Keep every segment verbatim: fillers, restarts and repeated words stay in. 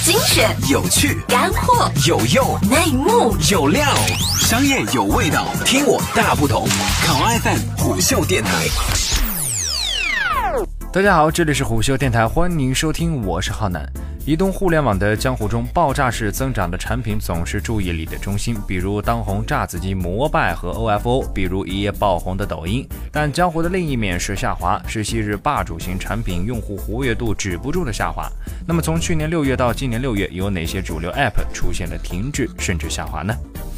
精选、 有趣、 干货、 有用、 内幕、 有料，商业有味道，听我大不同。考 F M 虎嗅电台。 大家好，这里是虎嗅电台，欢迎收听，我是浩南。移动互联网的江湖中，爆炸式增长的产品总是注意力的中心，比如当红炸子鸡摩拜和 O F O， 比如一夜爆红的抖音。但江湖的另一面是下滑，是昔日霸主型产品用户活跃度止不住的下滑。那么从去年六月到今年六月，有哪些主流 App 出现了停滞甚至下滑呢？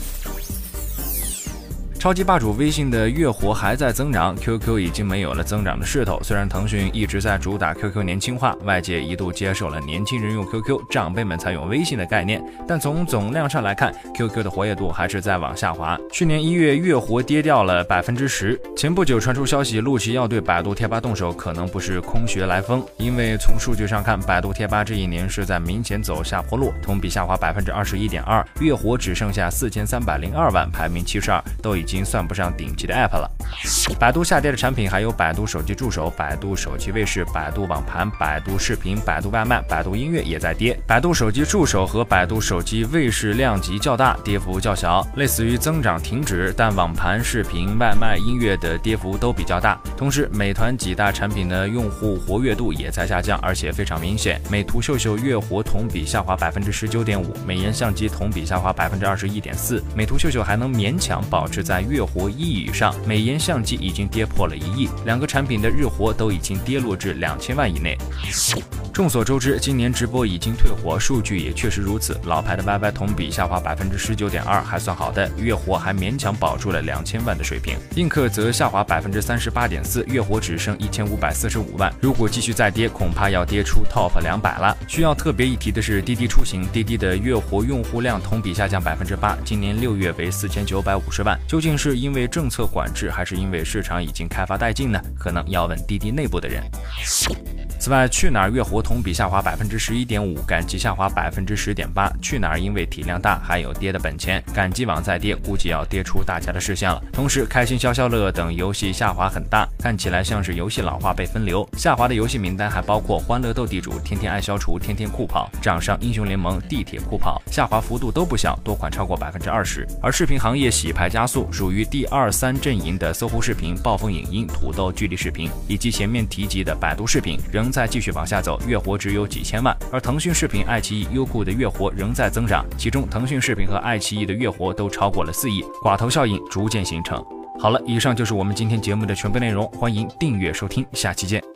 超级霸主微信的月活还在增长 ，Q Q 已经没有了增长的势头。虽然腾讯一直在主打 Q Q 年轻化，外界一度接受了年轻人用 Q Q， 长辈们才用微信的概念，但从总量上来看 ，Q Q 的活跃度还是在往下滑。去年一月月活跌掉了百分之十。前不久传出消息，陆琪要对百度贴吧动手，可能不是空穴来风，因为从数据上看，百度贴吧这一年是在明显走下坡路，同比下滑百分之二十一点二，月活只剩下四千三百零二万，排名七十二，都已经已经算不上顶级的 App 了。百度下跌的产品还有百度手机助手、百度手机卫士、百度网盘、百度视频、百度外卖、百度音乐也在跌。百度手机助手和百度手机卫士量级较大，跌幅较小，类似于增长停止，但网盘、视频、外卖、音乐的跌幅都比较大。同时，美团几大产品的用户活跃度也在下降，而且非常明显。美图秀秀月活同比下滑百分之十九点五，美颜相机同比下滑百分之二十一点四。美图秀秀还能勉强保持在月活一亿以上，美颜相机已经跌破了一亿，两个产品的日活都已经跌落至两千万以内。众所周知，今年直播已经退火，数据也确实如此。老牌的 Y Y 同比下滑百分之十九点二，还算好的，月活还勉强保住了两千万的水平。映客则下滑百分之三十八点四，月活只剩一千五百四十五万。如果继续再跌，恐怕要跌出 Top 两百了。需要特别一提的是，滴滴出行，滴滴的月活用户量同比下降百分之八，今年六月为四千九百五十万。究竟是因为政策管制，还是因为市场已经开发殆尽呢？可能要问滴滴内部的人。此外，去哪儿月活同比下滑百分之十一点五，赶集下滑百分之十点八。去哪儿因为体量大，还有跌的本钱，赶集网再跌，估计要跌出大家的视线了。同时，开心消消乐等游戏下滑很大，看起来像是游戏老化被分流。下滑的游戏名单还包括欢乐斗地主、天天爱消除、天天酷跑、掌上英雄联盟、地铁酷跑，下滑幅度都不小，多款超过百分之二十。而视频行业洗牌加速，属于第二三阵营的搜狐视频、暴风影音、土豆距离视频，以及前面提及的百度视频，仍在继续往下走，月活只有几千万。而腾讯视频、爱奇艺、优酷的月活仍在增长，其中腾讯视频和爱奇艺的月活都超过了四亿，寡头效应逐渐形成。好了，以上就是我们今天节目的全部内容，欢迎订阅收听，下期见。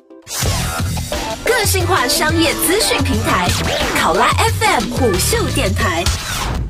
个性化商业资讯平台，考拉 F M 虎嗅电台。